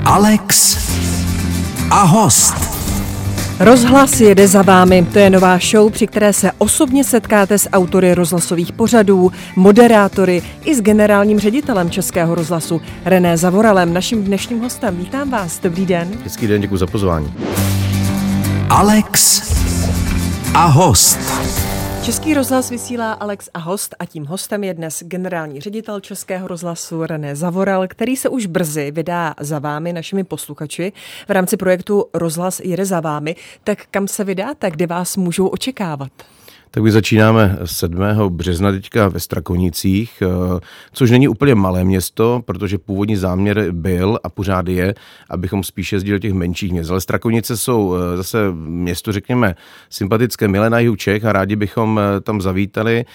Alex a host. Rozhlas jede za vámi. To je nová show, při které se osobně setkáte s autory rozhlasových pořadů, moderátory i s generálním ředitelem Českého rozhlasu René Zavoralem, naším dnešním hostem. Vítám vás, dobrý den. Hezký den, děkuji za pozvání. Alex a host. Český rozhlas vysílá Alex a host a tím hostem je dnes generální ředitel Českého rozhlasu René Zavoral, který se už brzy vydá za vámi, našimi posluchači, v rámci projektu Rozhlas jede za vámi. Tak kam se vydáte, kde vás můžou očekávat? Tak my začínáme 7. března teďka ve Strakonicích, což není úplně malé město, protože původní záměr byl a pořád je, abychom spíše jezdili do těch menších měst. Ale Strakonice jsou zase město, řekněme, sympatické, milé na jihu Čech a rádi bychom tam zavítali.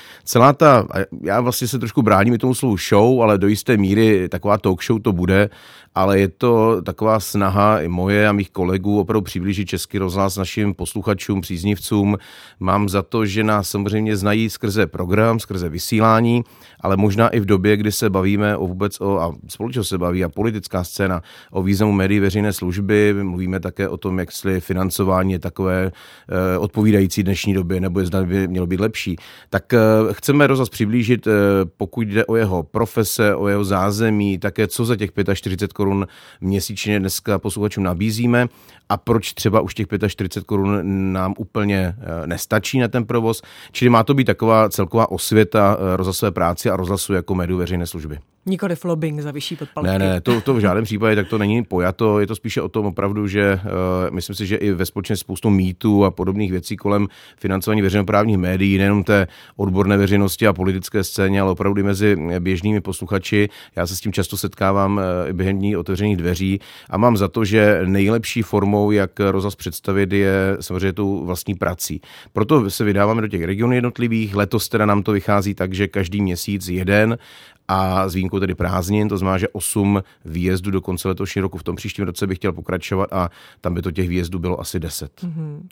Já vlastně se trošku bráním i tomu slovu show, ale do jisté míry taková talk show to bude, ale je to taková snaha i moje a mých kolegů opravdu přiblížit Český rozhlas našim posluchačům, příznivcům. Mám za to, že nás samozřejmě znají skrze program, skrze vysílání, ale možná i v době, kdy se bavíme a společnost se baví a politická scéna o významu médií veřejné služby, mluvíme také o tom, jestli financování je takové odpovídající dnešní době, nebo jestli by mělo být lepší. Tak chceme rozhlas přiblížit, pokud jde o jeho profese, o jeho zázemí, také co za těch 45 korun měsíčně dneska posluchačům nabízíme a proč třeba už těch 45 korun nám úplně nestačí na ten provoz. Čili má to být taková celková osvěta rozhlasové práce a rozhlasu jako médiu veřejné služby. Nikoliv lobbying za vyšší podpalky. Ne, to v žádném případě tak to není pojato. Je to spíše o tom opravdu, že myslím si, že i ve společnosti spoustu mýtů a podobných věcí kolem financování veřejnoprávních médií, nejenom té odborné veřejnosti a politické scéně, ale opravdu i mezi běžnými posluchači. Já se s tím často setkávám během dní otevřených dveří a mám za to, že nejlepší formou, jak rozhlas představit, je samozřejmě tou vlastní prací. Proto se vydáváme do těch regionů jednotlivých. Letos teda nám to vychází tak, že každý měsíc jeden a s výjimkou tedy prázdnin, to znamená, že 8 výjezdů do konce letošního roku. V tom příštím roce bych chtěl pokračovat a tam by to těch výjezdů bylo asi 10. Mm-hmm.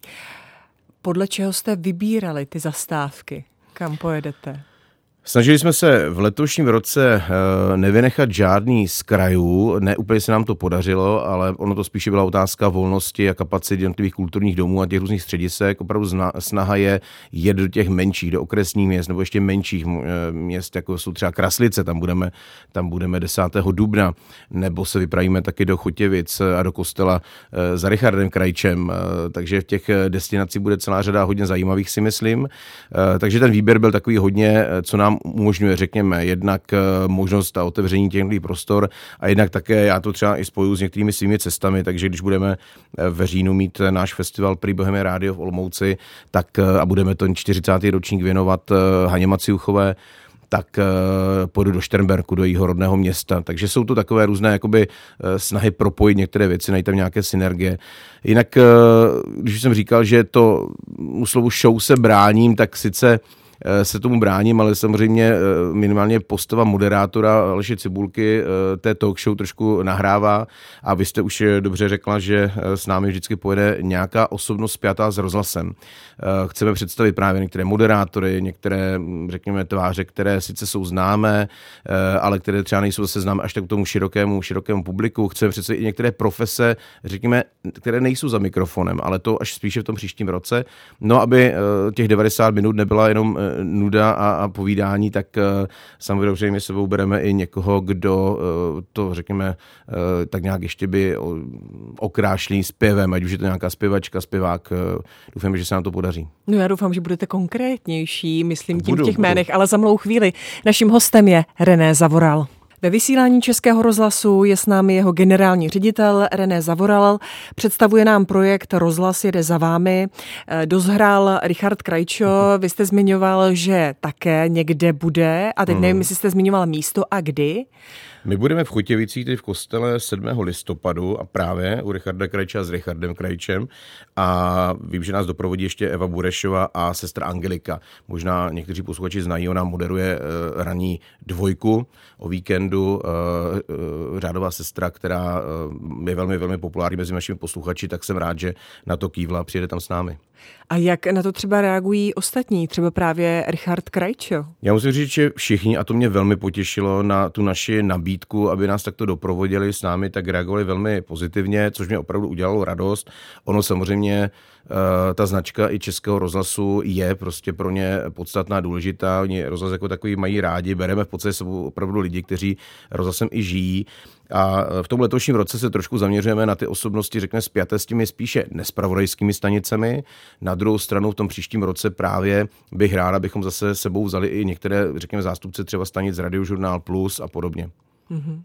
Podle čeho jste vybírali ty zastávky? Kam pojedete? Snažili jsme se v letošním roce nevynechat žádný z krajů, ne úplně se nám to podařilo, ale ono to spíše byla otázka volnosti a kapacit jednotlivých kulturních domů a těch různých středisek. Opravdu snaha je jet do těch menších, do okresních měst nebo ještě menších měst, jako jsou třeba Kraslice, tam budeme 10. dubna, nebo se vypravíme taky do Chotěvic a do kostela za Richardem Krajčem, takže v těch destinací bude celá řada hodně zajímavých, si myslím. Takže ten výběr byl takový hodně, co nám umožňuje, řekněme, jednak možnost a otevření těch prostor a jednak také já to třeba i spojuju s některými svými cestami, takže když budeme v říjnu mít náš festival Prý Bohemia Radio v Olomouci, tak a budeme ten 40. ročník věnovat Haně Maciuchové, tak půjdu do Šternberku, do jejího rodného města. Takže jsou to takové různé jakoby snahy propojit některé věci, najít tam nějaké synergie. Jinak, když jsem říkal, že to u slovu show se bráním, tak sice se tomu bráním, ale samozřejmě minimálně postava moderátora Aleše Cibulky té talk show trošku nahrává a vy jste už dobře řekla, že s námi vždycky pojede nějaká osobnost spjatá s rozhlasem. Chceme představit právě některé moderátory, některé, řekněme, tváře, které sice jsou známé, ale které třeba nejsou zase známé až tak tomu širokému publiku. Chceme představit i některé profese, řekněme, které nejsou za mikrofonem, ale to až spíše v tom příštím roce. No, aby těch 90 minut nebyla jenom nuda a povídání, tak samozřejmě sebou bereme i někoho, kdo to, řekněme, tak nějak ještě by okrášlí zpěvem, ať už je to nějaká zpěvačka, zpěvák. Doufám, že se nám to podaří. No já doufám, že budete konkrétnější, myslím tím v těch jménech, ale za malou chvíli. Naším hostem je René Zavoral. Ve vysílání Českého rozhlasu je s námi jeho generální ředitel René Zavoral. Představuje nám projekt Rozhlas jede za vámi. Dozhrál Richard Krajčo. Vy jste zmiňoval, že také někde bude. A teď nevím, jestli jste zmiňoval místo a kdy. My budeme v Chotěvicích, tedy v kostele 7. listopadu a právě u Richarda Krajča s Richardem Krajčem a vím, že nás doprovodí ještě Eva Burešova a sestra Angelika. Možná někteří posluchači znají, ona moderuje ranní dvojku o víkendu, řádová sestra, která je velmi, velmi populární mezi našimi posluchači, tak jsem rád, že na to kývla a přijede tam s námi. A jak na to třeba reagují ostatní, třeba právě Richard Krajčo? Já musím říct, že všichni, a to mě velmi potěšilo, na tu naši nabídku, aby nás takto doprovodili s námi, tak reagovali velmi pozitivně, což mě opravdu udělalo radost. Ono samozřejmě, ta značka i Českého rozhlasu je prostě pro ně podstatná, důležitá. Oni rozhlas jako takový mají rádi, bereme v podstatě sebou opravdu lidi, kteří rozhlasem i žijí. A v tom letošním roce se trošku zaměřujeme na ty osobnosti, řekněme, spjaté s těmi spíše nespravodajskými stanicemi. Na druhou stranu v tom příštím roce právě bych rád, abychom zase sebou vzali i některé, řekněme, zástupce třeba stanic Radiožurnál Plus a podobně. Mm-hmm.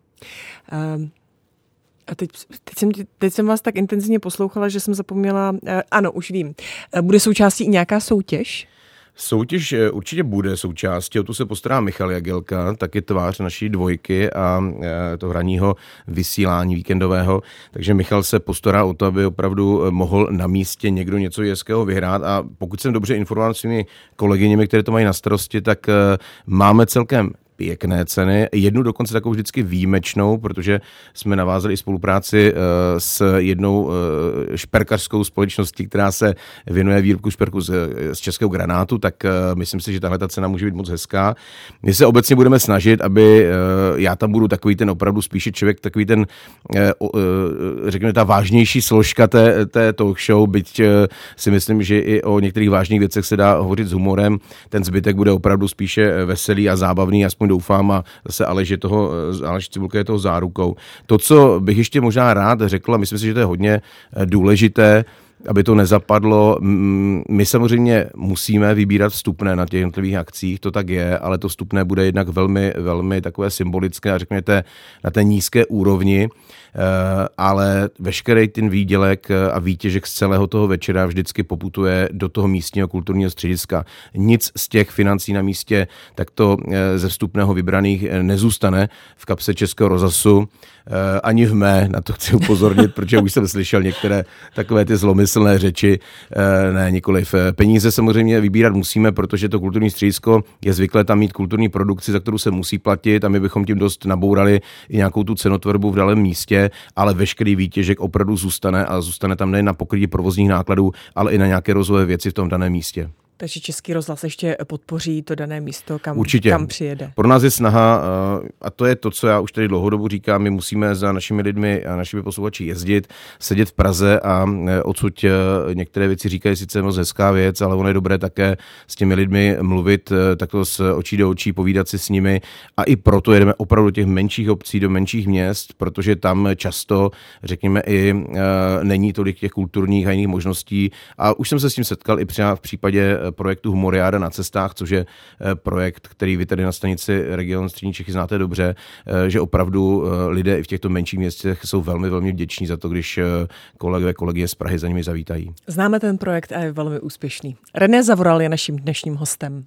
A teď jsem vás tak intenzivně poslouchala, že jsem zapomněla, ano, už vím, bude součástí i nějaká soutěž? Soutěž určitě bude součástí, o tu se postará Michal Jagelka, taky tvář naší dvojky a toho ranního vysílání víkendového. Takže Michal se postará o to, aby opravdu mohl na místě někdo něco hezkého vyhrát. A pokud jsem dobře informován svými kolegyněmi, které to mají na starosti, tak máme celkem pěkné ceny. Jednu dokonce takovou vždycky výjimečnou, protože jsme navázali spolupráci s jednou šperkařskou společností, která se věnuje výrobku šperku z českého granátu, tak myslím si, že tahle ta cena může být moc hezká. My se obecně budeme snažit, aby já tam budu takový ten opravdu spíše člověk, takový ten, řekněme, ta vážnější složka té talk show, byť si myslím, že i o některých vážných věcech se dá hovořit s humorem. Ten zbytek bude opravdu spíše veselý a zábavný, aspoň doufám, a zase Aleš Cibulka je toho zárukou. To, co bych ještě možná rád řekl, a myslím si, že to je hodně důležité, aby to nezapadlo. My samozřejmě musíme vybírat vstupné na těch jednotlivých akcích, to tak je, ale to vstupné bude jednak velmi, velmi takové symbolické a řekněte na té nízké úrovni, ale veškerý ten výdělek a výtěžek z celého toho večera vždycky poputuje do toho místního kulturního střediska. Nic z těch financí na místě takto ze vstupného vybraných nezůstane v kapse Českého rozhlasu, ani v mé, na to chci upozornit, protože už jsem slyšel některé takové ty zlomyslné řeči, ne, nikoliv. Peníze samozřejmě vybírat musíme, protože to kulturní středisko je zvyklé tam mít kulturní produkci, za kterou se musí platit, a my bychom tím dost nabourali i nějakou tu cenotvorbu v daném místě, ale veškerý výtěžek opravdu zůstane a zůstane tam nejen na pokrytí provozních nákladů, ale i na nějaké rozvojové věci v tom daném místě. Takže Český rozhlas ještě podpoří to dané místo, kam přijede. Pro nás je snaha, a to je to, co já už tady dlouhodobu říkám, my musíme za našimi lidmi a našimi posluchači jezdit, sedět v Praze a odsud některé věci říkají sice moc hezká věc, ale ono je dobré také s těmi lidmi mluvit takto z očí do očí, povídat si s nimi, a i proto jedeme opravdu do těch menších obcí, do menších měst, protože tam často, řekněme, i není tolik těch kulturních a jiných možností, a už jsem se s tím setkal i třeba v případě projektu Humoriáda na cestách, což je projekt, který vy tady na stanici Region Střední Čechy znáte dobře, že opravdu lidé i v těchto menších městech jsou velmi, velmi vděční za to, když kolegy z Prahy za nimi zavítají. Známe ten projekt a je velmi úspěšný. René Zavoral je naším dnešním hostem.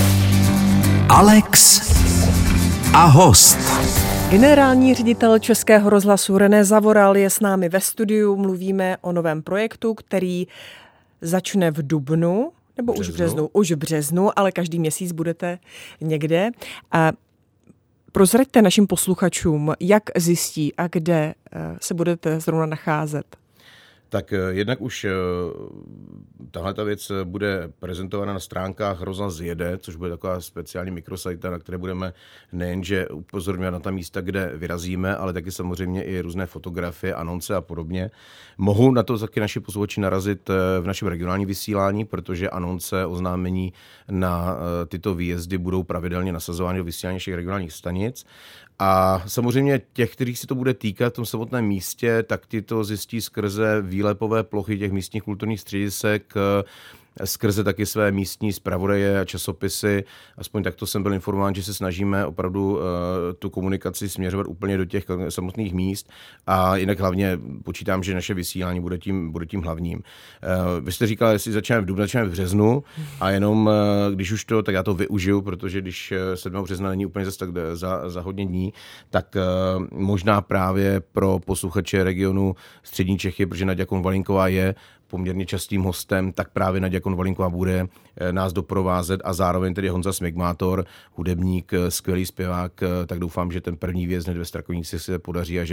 Alex a host. Generální ředitel Českého rozhlasu René Zavoral je s námi ve studiu. Mluvíme o novém projektu, který začne v dubnu, nebo už v březnu, ale každý měsíc budete někde. A prozraďte našim posluchačům, jak zjistí a kde se budete zrovna nacházet. Tak jednak už tahle ta věc bude prezentována na stránkách Rozhlas jede, což bude taková speciální mikrosajta, na které budeme nejenže upozorňovat na ta místa, kde vyrazíme, ale taky samozřejmě i různé fotografie, anonce a podobně. Mohou na to taky naši posluchači narazit v našem regionálním vysílání, protože anonce, oznámení na tyto výjezdy budou pravidelně nasazovány do vysílání našich regionálních stanic. A samozřejmě těch, kterých se to bude týkat v tom samotném místě, tak ti to zjistí skrze výlepové plochy těch místních kulturních středisek, skrze taky své místní zpravodaje a časopisy. Aspoň takto jsem byl informován, že se snažíme opravdu tu komunikaci směřovat úplně do těch samotných míst, a jinak hlavně počítám, že naše vysílání bude tím hlavním. Vy jste říkal, jestli začneme v dubnu, začneme v březnu, a jenom když už to, tak já to využiju, protože když 7. března není úplně zase tak za hodně dní, tak možná právě pro posluchače regionu Střední Čechy, protože Naďa Konvalinková je poměrně častým hostem, tak právě Naďa Konvalinková bude nás doprovázet, a zároveň tedy Honza Smigmátor, hudebník, skvělý zpěvák, tak doufám, že ten první výjezd ve Strakonicích se podaří a že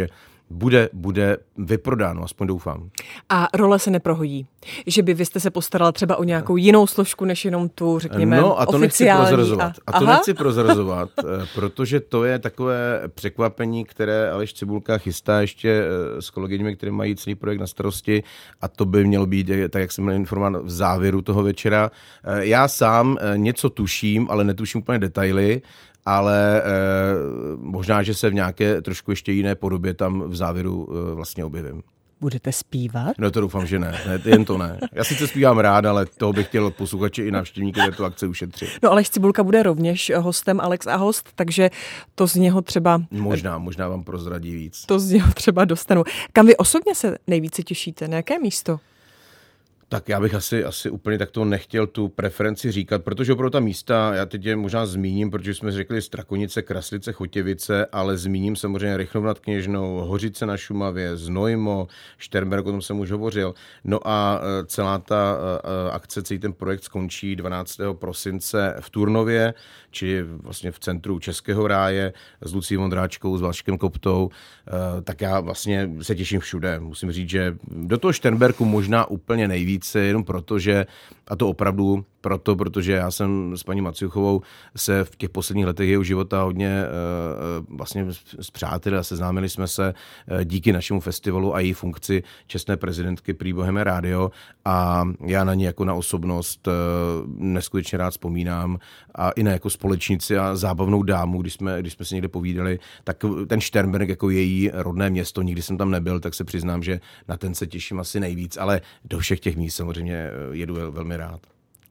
bude vyprodáno, aspoň doufám. A role se neprohodí? Že by vy jste se postaral třeba o nějakou jinou složku, než jenom tu, řekněme, no, a to oficiální? Nechci prozrazovat, protože to je takové překvapení, které Aleš Cibulka chystá ještě s kolegyněmi, které mají celý projekt na starosti, a to by mělo být, tak jak jsem byl informován, v závěru toho večera. Já sám něco tuším, ale netuším úplně detaily, ale možná, že se v nějaké trošku ještě jiné podobě tam v závěru vlastně objevím. Budete zpívat? No to doufám, že ne, jen to ne. Já sice zpívám rád, ale toho bych chtěl posluchači i návštěvníky této akce ušetřit. No Aleš Cibulka bude rovněž hostem, Alex a host, takže to z něho třeba... Možná vám prozradí víc. To z něho třeba dostanu. Kam vy osobně se nejvíce těšíte? Na jaké místo? Tak já bych asi úplně takto nechtěl tu preferenci říkat, protože opravdu ta místa, já teď je možná zmíním, protože jsme řekli Strakonice, Kraslice, Chotěvice, ale zmíním samozřejmě Rychnov nad Kněžnou, Hořice na Šumavě, Znojmo, Šternberk, o tom jsem už hovořil. No a celá ta akce, celý ten projekt skončí 12. prosince v Turnově, či vlastně v centru Českého ráje s Lucí Vondráčkou, s Vaškem Koptou. Tak já vlastně se těším všude. Musím říct, že do toho Šternberku možná úplně nejvíc, jenom proto, že, a to opravdu protože já jsem s paní Maciuchovou se v těch posledních letech jeho života hodně vlastně spřátelili a seznámili jsme se díky našemu festivalu a její funkci čestné prezidentky Prix Bohemia Radio, a já na ní jako na osobnost neskutečně rád vzpomínám, a i na jako společnici a zábavnou dámu, když jsme si někde povídali, tak ten Šternberk jako její rodné město, nikdy jsem tam nebyl, tak se přiznám, že na ten se těším asi nejvíc, ale do všech těch míst samozřejmě jedu velmi rád.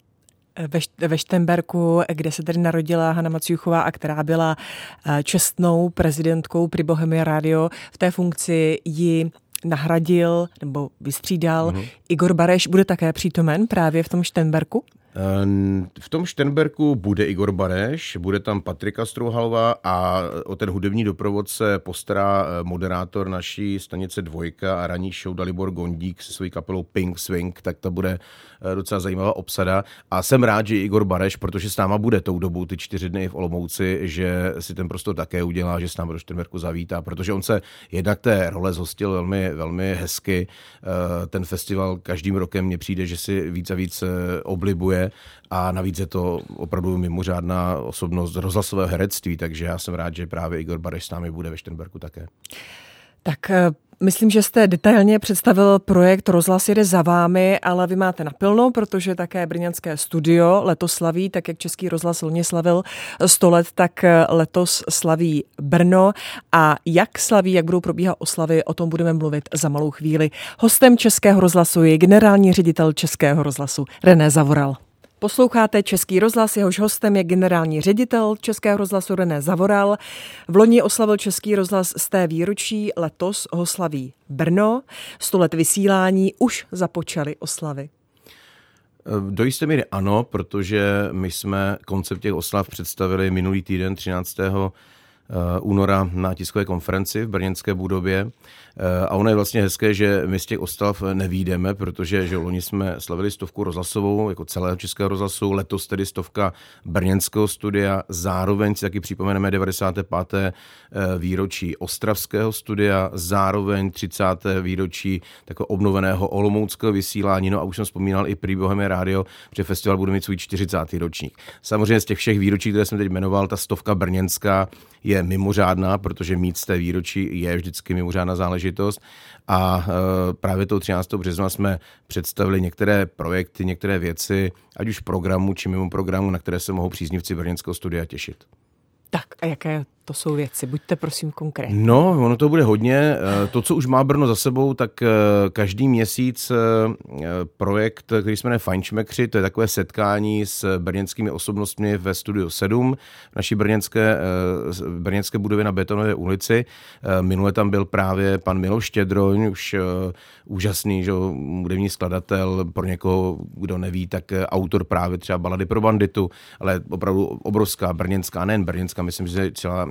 Ve Šternberku, kde se tedy narodila Hana Maciuchová a která byla čestnou prezidentkou Prix Bohemia Radio, v té funkci ji nahradil nebo vystřídal Igor Bareš. Bude také přítomen právě v tom Šternberku? V tom Šternberku bude Igor Bareš, bude tam Patrika Strouhalová a o ten hudební doprovod se postará moderátor naší stanice Dvojka a ranní show Dalibor Gondík se svojí kapelou Pink Swing, tak to bude docela zajímavá obsada. A jsem rád, že Igor Bareš, protože s náma bude tou dobou ty 4 dny v Olomouci, že si ten prostor také udělá, že s náma do Šternberku zavítá, protože on se jednak té role zhostil velmi, velmi hezky. Ten festival každým rokem mně přijde, že si víc a víc oblibuje, a navíc je to opravdu mimořádná osobnost rozhlasového herectví, takže já jsem rád, že právě Igor Bareš s námi bude ve Šternberku také. Tak myslím, že jste detailně představil projekt Rozhlas jede za vámi, ale vy máte napilno, protože také brněnské studio letos slaví, tak jak Český rozhlas loni slavil 100 let, tak letos slaví Brno. A jak slaví, jak budou probíhat oslavy, o tom budeme mluvit za malou chvíli. Hostem Českého rozhlasu je generální ředitel Českého rozhlasu René Zavoral. Posloucháte Český rozhlas, jehož hostem je generální ředitel Českého rozhlasu René Zavoral. V loni oslavil Český rozhlas 100. výročí, letos ho slaví Brno. 100 let vysílání, už započaly oslavy. Do jisté míry ano, protože my jsme koncept těch oslav představili minulý týden 13. února na tiskové konferenci v brněnské budově. A ono je vlastně hezké, že my z těch oslav nevyjdeme, protože že loni jsme slavili 100 rozhlasovou, jako celého Českého rozhlasu, letos tedy 100 brněnského studia, zároveň si taky připomeneme 95. výročí ostravského studia, zároveň 30. výročí takového obnoveného olomouckého vysílání, no a už jsem vzpomínal i Prix Bohemia Radio, že festival bude mít svůj 40. ročník. Samozřejmě z těch všech výročí, které jsem teď jmenoval, ta 100 brněnská je mimořádná, protože mít z té výročí je vždycky mimořádná záležitost, a právě toho 13. března jsme představili některé projekty, některé věci, ať už v programu či mimo programu, na které se mohou příznivci brněnského studia těšit. Tak a jaké to jsou věci? Buďte prosím konkrétní. No, ono to bude hodně. To, co už má Brno za sebou, tak každý měsíc projekt, který se jmenuje Fajnšmekři, to je takové setkání s brněnskými osobnostmi ve Studiu 7, v naší brněnské budově na Betonové ulici. Minule tam byl právě pan Miloš Štědroň, už úžasný, že, hudební skladatel, pro někoho, kdo neví, tak autor právě třeba Balady pro banditu, ale opravdu obrovská brněnská, nejen brněnská, myslím, že celá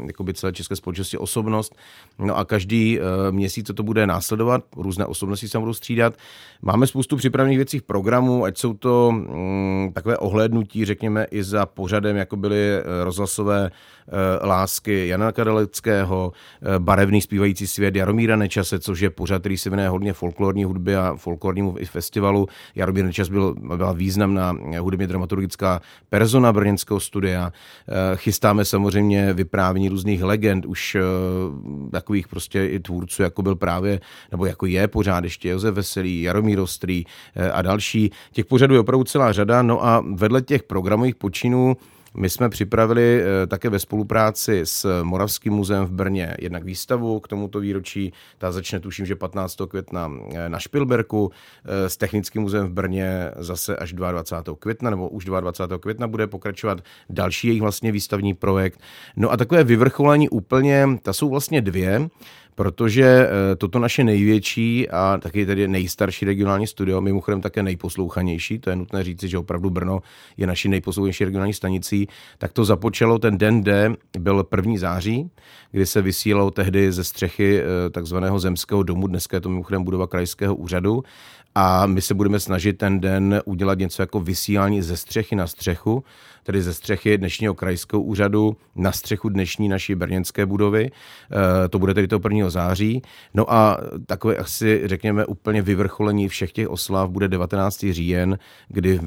jakoby celé české společnosti osobnost. No a každý měsíc to bude následovat, různé osobnosti se budou střídat. Máme spoustu připravených věcí v programu, ať jsou to takové ohlédnutí, řekněme, i za pořadem, jako byly rozhlasové Lásky Jana Kadaleckého, Barevný zpívající svět Jaromíra Nečase, což je pořad, který se věnuje hodně folklorní hudbě a folklornímu festivalu. Jaromír Nečas byla významná hudebně dramaturgická persona brněnského studia. Chystáme samozřejmě vyprávění různých legend, už takových prostě i tvůrců, jako byl právě, nebo jako je pořád ještě Josef Veselý, Jaromír Ostrý a další. Těch pořadů je opravdu celá řada. No a vedle těch programových počinů my jsme připravili také ve spolupráci s Moravským muzeem v Brně jednak výstavu k tomuto výročí. Ta začne tuším, že 15. května na Špilberku. S Technickým muzeem v Brně zase až 22. května, nebo už 22. května bude pokračovat další jejich vlastně výstavní projekt. No a takové vyvrcholení úplně, ta jsou vlastně dvě, protože toto naše největší a taky tedy nejstarší regionální studio, mimochodem také nejposlouchanější, to je nutné říci, že opravdu Brno je naší nejposlouchanější regionální stanicí, tak to započalo, ten den D byl 1. září, kdy se vysílalo tehdy ze střechy takzvaného Zemského domu, dneska je to mimochodem budova krajského úřadu, a my se budeme snažit ten den udělat něco jako vysílání ze střechy na střechu, tedy ze střechy dnešního krajského úřadu na střechu dnešní naší brněnské budovy. To bude tedy toho 1. září. No a takové asi řekněme úplně vyvrcholení všech těch oslav bude 19. říjen, kdy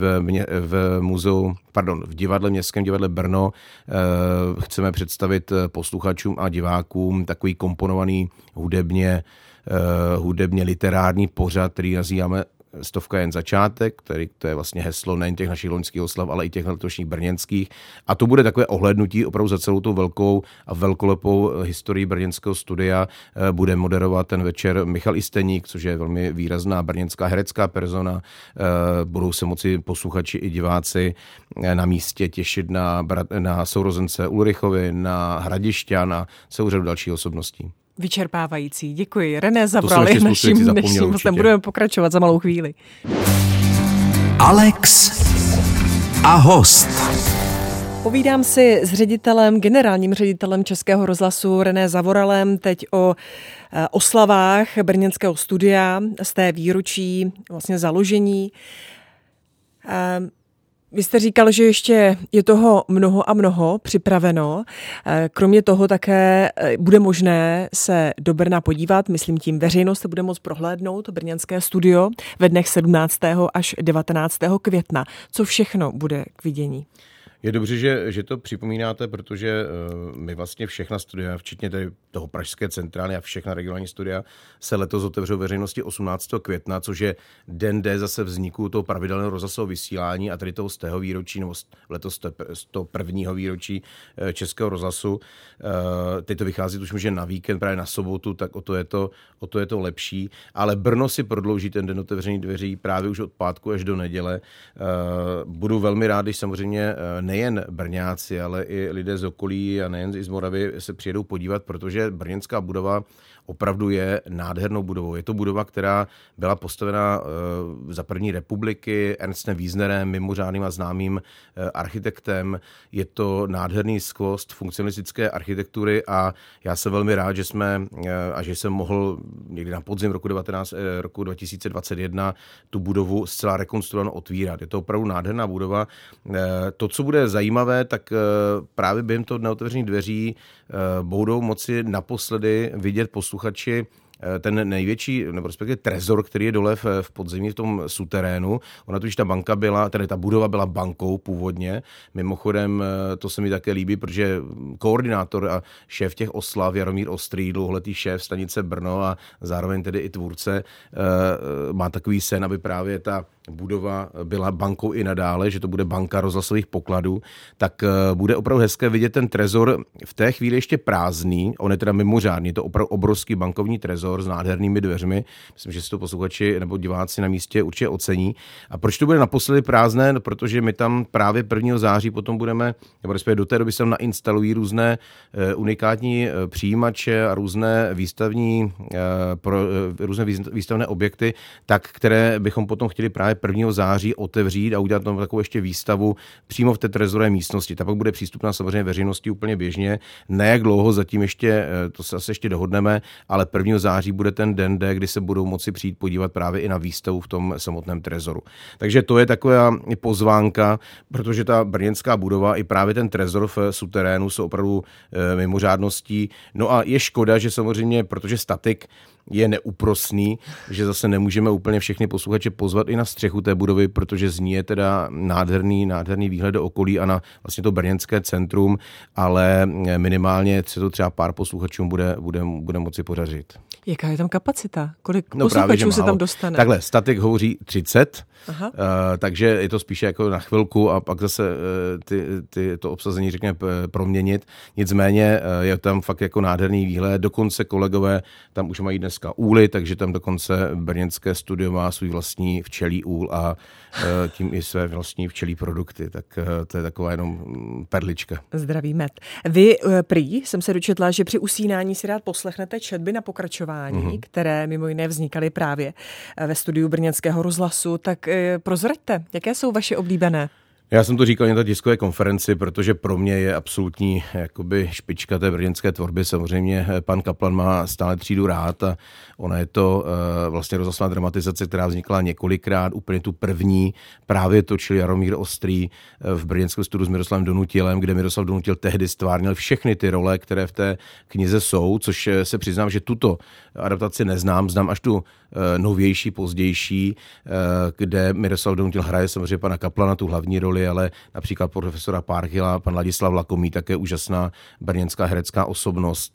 v divadle, Městském divadle Brno chceme představit posluchačům a divákům takový komponovaný hudebně literární pořad, který nazýváme Stovka jen začátek, to je vlastně heslo nejen těch našich loňských oslav, ale i těch letošních brněnských. A to bude takové ohlédnutí opravdu za celou tu velkou a velkolepou historii brněnského studia. Bude moderovat ten večer Michal Isteník, což je velmi výrazná brněnská herecká persona. Budou se moci posluchači i diváci na místě těšit na sourozence Ulrichovi, na Hradišťan a celou řadu dalších osobností. Vyčerpávající. Děkuji. René Zavoral je naším dnešním hostem. Budeme pokračovat za malou chvíli. Alex a host. Povídám si s generálním ředitelem Českého rozhlasu René Zavoralem teď o oslavách brněnského studia z té výročí vlastně založení. Vy jste říkal, že ještě je toho mnoho a mnoho připraveno. Kromě toho také bude možné se do Brna podívat, myslím tím veřejnost se bude moct prohlédnout brněnské studio ve dnech 17. až 19. května. Co všechno bude k vidění? Je dobře, že to připomínáte, protože my vlastně všechna studia, včetně toho pražské centrály a všechna regionální studia, se letos otevřou veřejnosti 18. května, což je den D zase vzniku toho pravidelného rozhlasového vysílání a tedy toho z tého výročí, nebo letos to 1. výročí Českého rozhlasu. Teď to vychází už může na víkend, právě na sobotu, tak o to je to lepší. Ale Brno si prodlouží ten den otevření dveří právě už od pátku až do neděle. Budu velmi rád, když samozřejmě nejen Brňáci, ale i lidé z okolí a nejen i z Moravy se přijedou podívat, protože brněnská budova opravdu je nádhernou budovou. Je to budova, která byla postavena za první republiky Ernstem Wiesnerem, mimořádným a známým architektem. Je to nádherný skvost funkcionalistické architektury a já jsem velmi rád, že jsem mohl někdy na podzim roku 2021 tu budovu zcela rekonstruovanou otvírat. Je to opravdu nádherná budova. To, co bude zajímavé, tak právě během toho dne otevření dveří budou moci naposledy vidět posluchači ten největší, nebo respektive trezor, který je dole v podzemí v tom suterénu. Ona totiž ta banka byla, tedy ta budova byla bankou původně. Mimochodem, to se mi také líbí, protože koordinátor a šéf těch oslav Jaromír Ostrý, dlouholetý šéf stanice Brno a zároveň tedy i tvůrce, má takový sen, aby právě ta budova byla bankou i nadále, že to bude banka rozhlasových pokladů, tak bude opravdu hezké vidět ten trezor v té chvíli ještě prázdný. On je teda mimořádný, je to opravdu obrovský bankovní trezor s nádhernými dveřmi. Myslím, že si to posluchači nebo diváci na místě určitě ocení. A proč to bude naposledy prázdné? No, protože my tam právě 1. září potom budeme, nebo respektive do té doby se tam nainstalují různé unikátní přijímače a různé výstavné objekty, tak, které bychom potom chtěli právě 1. září otevřít a udělat tam takovou ještě výstavu přímo v té trezorové místnosti. Ta pak bude přístupná samozřejmě veřejnosti úplně běžně. Ne jak dlouho, zatím ještě, to se asi ještě dohodneme, ale 1. září bude ten den, kdy se budou moci přijít podívat právě i na výstavu v tom samotném trezoru. Takže to je taková pozvánka, protože ta brněnská budova i právě ten trezor v suterénu jsou opravdu mimořádností. No a je škoda, že samozřejmě, protože statik je neúprosný, že zase nemůžeme úplně všechny posluchače pozvat i na střechu té budovy, protože z ní je teda nádherný výhled do okolí a na vlastně to brněnské centrum, ale minimálně se to třeba pár posluchačům bude moci podařit. Jaká je tam kapacita? Kolik posluchačů se tam dostane? Takhle, statik hovoří 30, takže je to spíše jako na chvilku a pak zase to obsazení řekněme proměnit. Nicméně je tam fakt jako nádherný výhled, dokonce kolegové tam už mají dneska úly, takže tam dokonce brněnské studio má svůj vlastní včelí úl a tím i své vlastní včelí produkty, tak to je taková jenom perlička. Zdravý med. Vy prý jsem se dočetla, že při usínání si rád poslechnete četby na pokračování, které mimo jiné vznikaly právě ve studiu Brněnského rozhlasu, tak prozraďte, jaké jsou vaše oblíbené? Já jsem to říkal na té tiskové konferenci, protože pro mě je absolutní jakoby špička té brněnské tvorby. Samozřejmě pan Kaplan má stále třídu rád a ona je to vlastně rozhlasová dramatizace, která vznikla několikrát. Úplně tu první právě točil Jaromír Ostrý v brněnském studiu s Miroslavem Donutilem, kde Miroslav Donutil tehdy stvárnil všechny ty role, které v té knize jsou, což se přiznám, že tuto adaptaci neznám, znám až tu novější, pozdější, kde Miroslav Donutil hraje samozřejmě pana Kaplana, tu hlavní roli, ale například profesora Párchyla, pan Ladislav Lakomý, také úžasná brněnská herecká osobnost.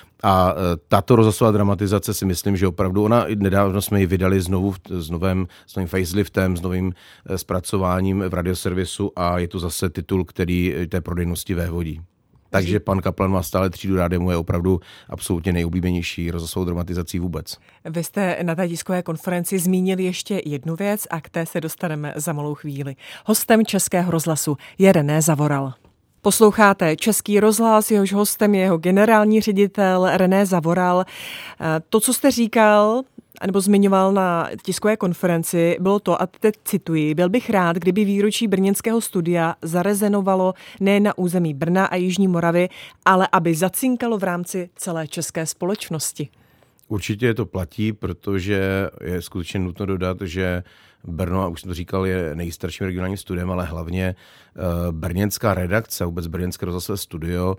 A tato rozhlasová dramatizace si myslím, že opravdu nedávno jsme ji vydali s novým faceliftem, s novým zpracováním v radioservisu a je to zase titul, který té prodejnosti vévodí. Takže pan Kaplan má stále třídu rád, je opravdu absolutně nejoblíbenější rozhlasovou dramatizací vůbec. Vy jste na té tiskové konferenci zmínili ještě jednu věc a k té se dostaneme za malou chvíli. Hostem Českého rozhlasu je René Zavoral. Posloucháte Český rozhlas, jehož hostem je jeho generální ředitel René Zavoral. To, co jste říkal, nebo zmiňoval na tiskové konferenci, bylo to, a teď cituji, byl bych rád, kdyby výročí brněnského studia zarezonovalo nejen na území Brna a Jižní Moravy, ale aby zacinkalo v rámci celé české společnosti. Určitě to platí, protože je skutečně nutno dodat, že Brno, a už jsem to říkal, je nejstarším regionálním studiem, ale hlavně brněnská redakce, vůbec brněnské rozhlasové studio,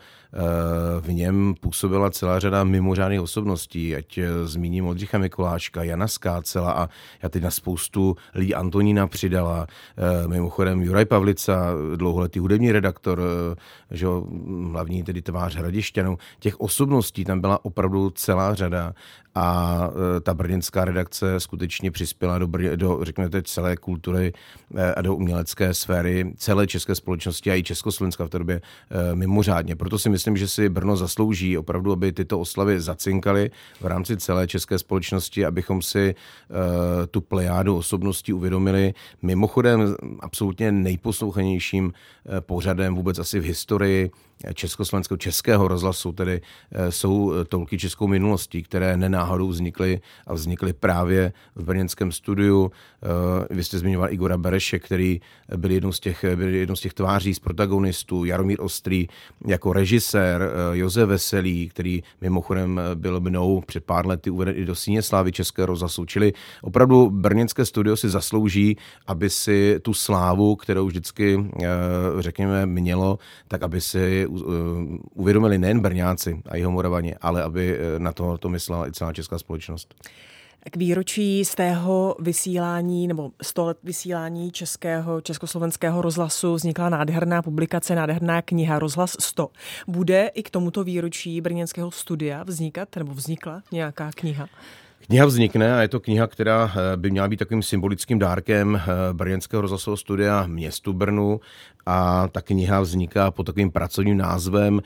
v něm působila celá řada mimořádných osobností, ať zmíním Oldřicha Mikuláška, Jana Skácela a já teď na spoustu lidí Antonína přidala, mimochodem Juraj Pavlica, dlouholetý hudební redaktor, že hlavní tedy tvář Hradišťanů. Těch osobností tam byla opravdu celá řada a ta brněnská redakce skutečně přispěla do řekněme teď celé kultury a do umělecké sféry celé české společnosti a i Československa v té době mimořádně. Proto si myslím, že si Brno zaslouží opravdu, aby tyto oslavy zacinkaly v rámci celé české společnosti, abychom si tu plejádu osobností uvědomili. Mimochodem absolutně nejposlouchanějším pořadem vůbec asi v historii československého českého rozhlasu, tedy jsou Tolky českou minulostí, které nenáhodou vznikly právě v brněnském studiu. Vy jste zmiňoval Igora Bereše, který byl jednou z těch tváří, z protagonistů, Jaromír Ostrý jako režisér, Josef Veselý, který mimochodem byl mnou před pár lety uveden i do Síně slávy českého rozhlasu. Čili opravdu brněnské studio si zaslouží, aby si tu slávu, kterou vždycky, řekněme, mělo, tak aby si uvědomili nejen Brňáci a Jihomoravani, ale aby na to myslela i celá česká společnost. K výročí z tého vysílání nebo 100 let vysílání československého rozhlasu vznikla nádherná publikace, nádherná kniha Rozhlas 100. Bude i k tomuto výročí brněnského studia vznikla nějaká kniha? Kniha vznikne a je to kniha, která by měla být takovým symbolickým dárkem brněnského rozhlasového studia městu Brnu a ta kniha vzniká pod takovým pracovním názvem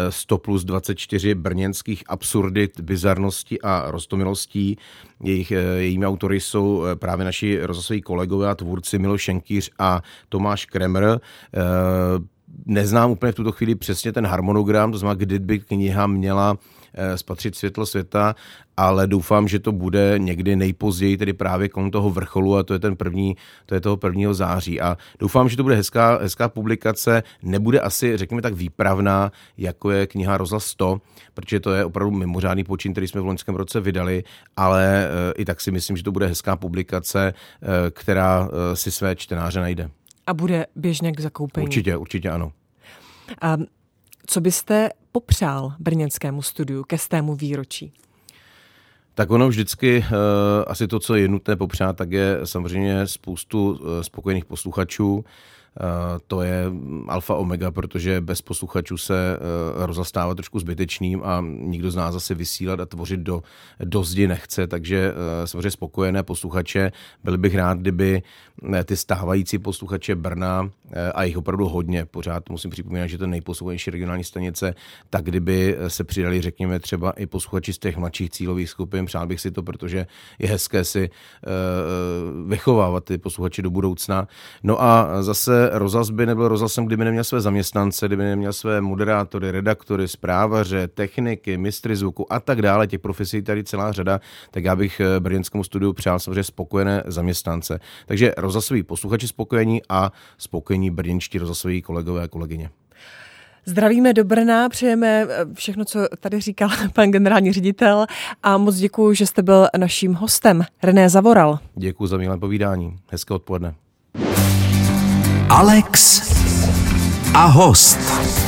100+24 brněnských absurdit, bizarností a roztomilostí. Jejími autory jsou právě naši rozhlasoví kolegové a tvůrci Miloš Šenkýř a Tomáš Kremer. Neznám úplně v tuto chvíli přesně ten harmonogram, to znamená, kdy by kniha měla spatřit světlo světa, ale doufám, že to bude někdy nejpozději, tedy právě kolem toho vrcholu, a to je toho 1. září. A doufám, že to bude hezká publikace, nebude asi, řekněme tak, výpravná, jako je kniha Rozhlas 100, protože to je opravdu mimořádný počin, který jsme v loňském roce vydali, ale i tak si myslím, že to bude hezká publikace, která si své čtenáře najde. A bude běžně k zakoupení? Určitě ano. A co byste popřál brněnskému studiu ke 100. výročí? Tak ono vždycky, asi to, co je nutné popřát, tak je samozřejmě spoustu spokojených posluchačů. To je alfa omega, protože bez posluchačů se rozhlas stává trošku zbytečným a nikdo z nás zase vysílat a tvořit do zdi nechce, takže samozřejmě spokojené posluchače. Byl bych rád, kdyby ty stávající posluchače Brna, a jich opravdu hodně, pořád musím připomínat, že to je nejposlouchanější regionální stanice, tak kdyby se přidali, řekněme, třeba i posluchači z těch mladších cílových skupin, přál bych si to, protože je hezké si vychovávat ty posluchače do budoucna. No a zase rozhlas by nebyl rozhlasem, kdyby neměl své zaměstnance, kdyby neměl své moderátory, redaktory, zprávaře, techniky, mistry zvuku a tak dále, těch profesí tady celá řada, tak já bych brněnskému studiu přál samozřejmě spokojené zaměstnance. Takže rozhlasoví posluchači spokojení a spokojení brněnští rozhlasoví kolegové a kolegyně. Zdravíme do Brna, přejeme všechno, co tady říkal pan generální ředitel, a moc děkuji, že jste byl naším hostem. René Zavoral. Děkuji za milé povídání. Hezké odpoledne. Alex a host.